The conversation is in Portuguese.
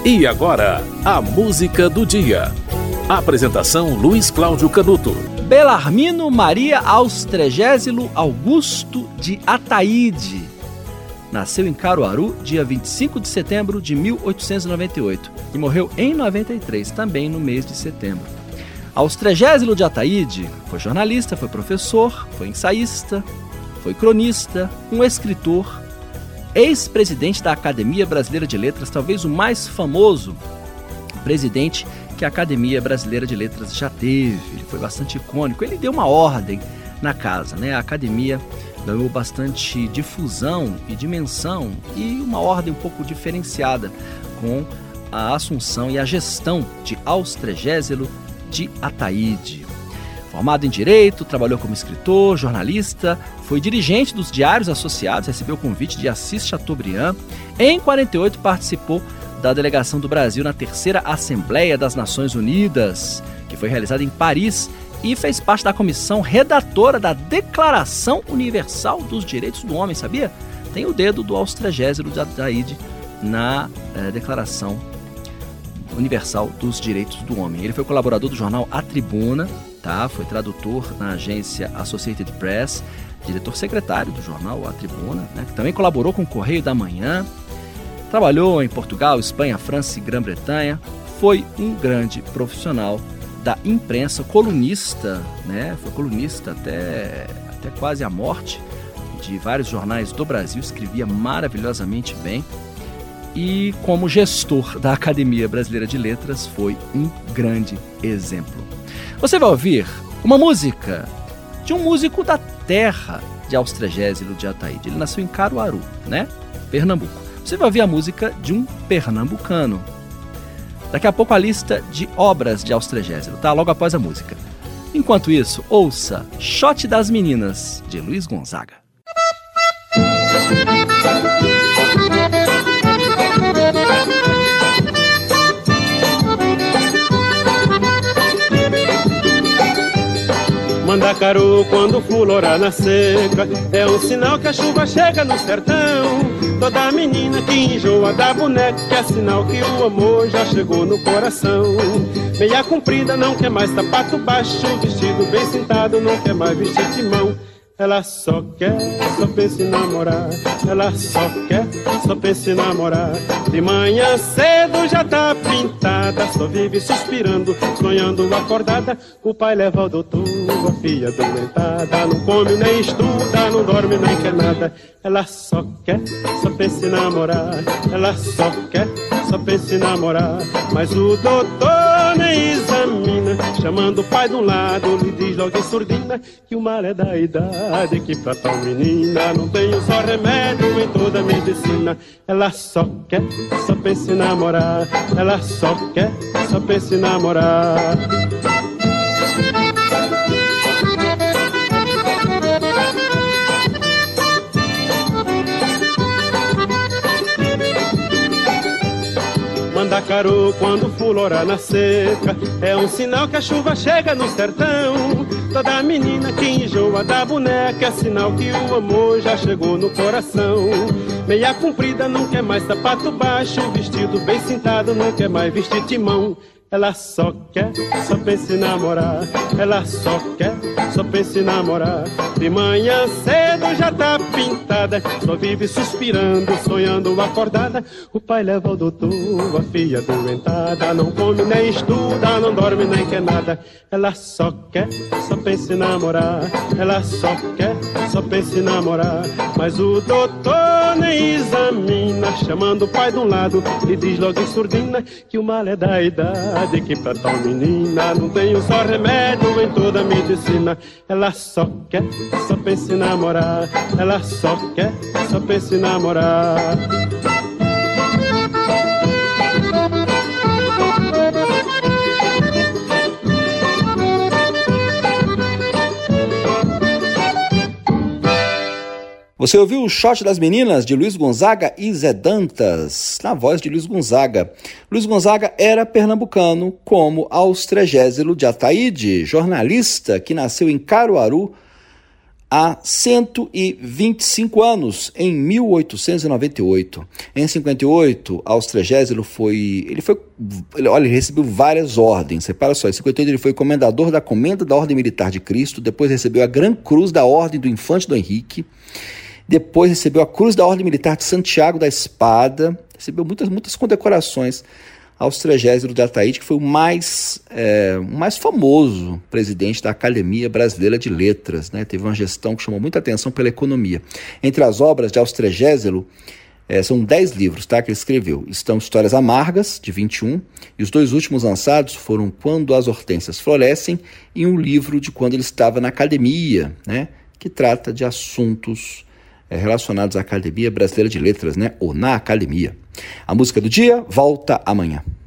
E agora, a música do dia. Apresentação Luiz Cláudio Canuto. Belarmino Maria Austregésilo Augusto de Ataíde. Nasceu em Caruaru, dia 25 de setembro de 1898 e morreu em 93, também no mês de setembro. Austregésilo de Ataíde foi jornalista, foi professor, foi ensaísta, foi cronista, um escritor, ex-presidente da Academia Brasileira de Letras, talvez o mais famoso presidente que a Academia Brasileira de Letras já teve. Ele foi bastante icônico, ele deu uma ordem na casa, né? A Academia ganhou bastante difusão e dimensão e uma ordem um pouco diferenciada com a assunção e a gestão de Austregésilo de Ataíde. Formado em Direito, trabalhou como escritor, jornalista, foi dirigente dos Diários Associados, recebeu o convite de Assis Chateaubriand. Em 48 participou da delegação do Brasil na terceira Assembleia das Nações Unidas, que foi realizada em Paris, e fez parte da comissão redatora da Declaração Universal dos Direitos do Homem, sabia? Tem o dedo do Austregésilo de Ataíde na Declaração Universal dos Direitos do Homem. Ele foi colaborador do jornal A Tribuna, foi tradutor na agência Associated Press, diretor-secretário do jornal A Tribuna, que também colaborou com o Correio da Manhã, trabalhou em Portugal, Espanha, França e Grã-Bretanha, foi um grande profissional da imprensa, colunista, foi colunista até quase a morte de vários jornais do Brasil, escrevia maravilhosamente bem e como gestor da Academia Brasileira de Letras foi um grande exemplo. Você vai ouvir uma música de um músico da terra de Austregésilo de Ataíde. Ele nasceu em Caruaru, Pernambuco. Você vai ouvir a música de um pernambucano. Daqui a pouco a lista de obras de Austregésilo, logo após a música. Enquanto isso, ouça Shot das Meninas, de Luiz Gonzaga. Mandacaru, quando florar na seca, é um sinal que a chuva chega no sertão. Toda menina que enjoa da boneca é sinal que o amor já chegou no coração. Meia comprida não quer mais sapato baixo, vestido bem sentado não quer mais vestir timão. Ela só quer, só pensa em namorar. Ela só quer, só pensa em namorar. De manhã cedo já tá pintada, só vive suspirando, sonhando acordada. O pai leva ao doutor, a filha doentada, não come nem estuda, não dorme nem quer nada. Ela só quer, só pensa em namorar. Ela só quer, só pensa em namorar. Mas o doutor nem examina, chamando o pai de um lado, lhe diz logo em surdina que o mal é da idade, que pra tal menina não tem um só remédio em toda a medicina. Ela só quer, só pensa em namorar. Ela só quer, só pensa em namorar. Mandacaru, quando florar na seca, é um sinal que a chuva chega no sertão. Toda menina que enjoa da boneca é sinal que o amor já chegou no coração. Meia comprida não quer mais sapato baixo, vestido bem sentado não quer mais vestir timão. Ela só quer, só pensa em namorar. Ela só quer, só pensa em namorar. De manhã cedo já tá pintada, só vive suspirando, sonhando acordada. O pai leva ao doutor, a filha doentada, não come nem estuda, não dorme nem quer nada. Ela só quer, só pensa em namorar. Ela só quer, só pensa em namorar. Mas o doutor nem examina, chamando o pai de um lado, lhe diz logo em surdina que o mal é da idade, que pra tal menina não tem um só remédio em toda a medicina. Ela só quer, só pensa em namorar. Ela só quer, só pensa em namorar. Você ouviu o Shot das Meninas, de Luiz Gonzaga e Zé Dantas, na voz de Luiz Gonzaga. Luiz Gonzaga era pernambucano, como Austregésilo de Ataíde, jornalista que nasceu em Caruaru, há 125 anos, em 1898. Em 58, Austregésilo ele recebeu várias ordens. Repara só, em 58 ele foi comendador da Comenda da Ordem Militar de Cristo, depois recebeu a Gran Cruz da Ordem do Infante Dom Henrique, depois recebeu a Cruz da Ordem Militar de Santiago da Espada, recebeu muitas condecorações. Austregésilo de Ataíde, que foi o mais famoso presidente da Academia Brasileira de Letras, né? Teve uma gestão que chamou muita atenção pela economia. Entre as obras de Austregésilo, são 10 livros, tá, que ele escreveu. Estão Histórias Amargas, de 21, e os 2 últimos lançados foram Quando as Hortênsias Florescem e um livro de quando ele estava na academia, né? Que trata de assuntos relacionados à Academia Brasileira de Letras, né? Ou na academia. A música do dia volta amanhã.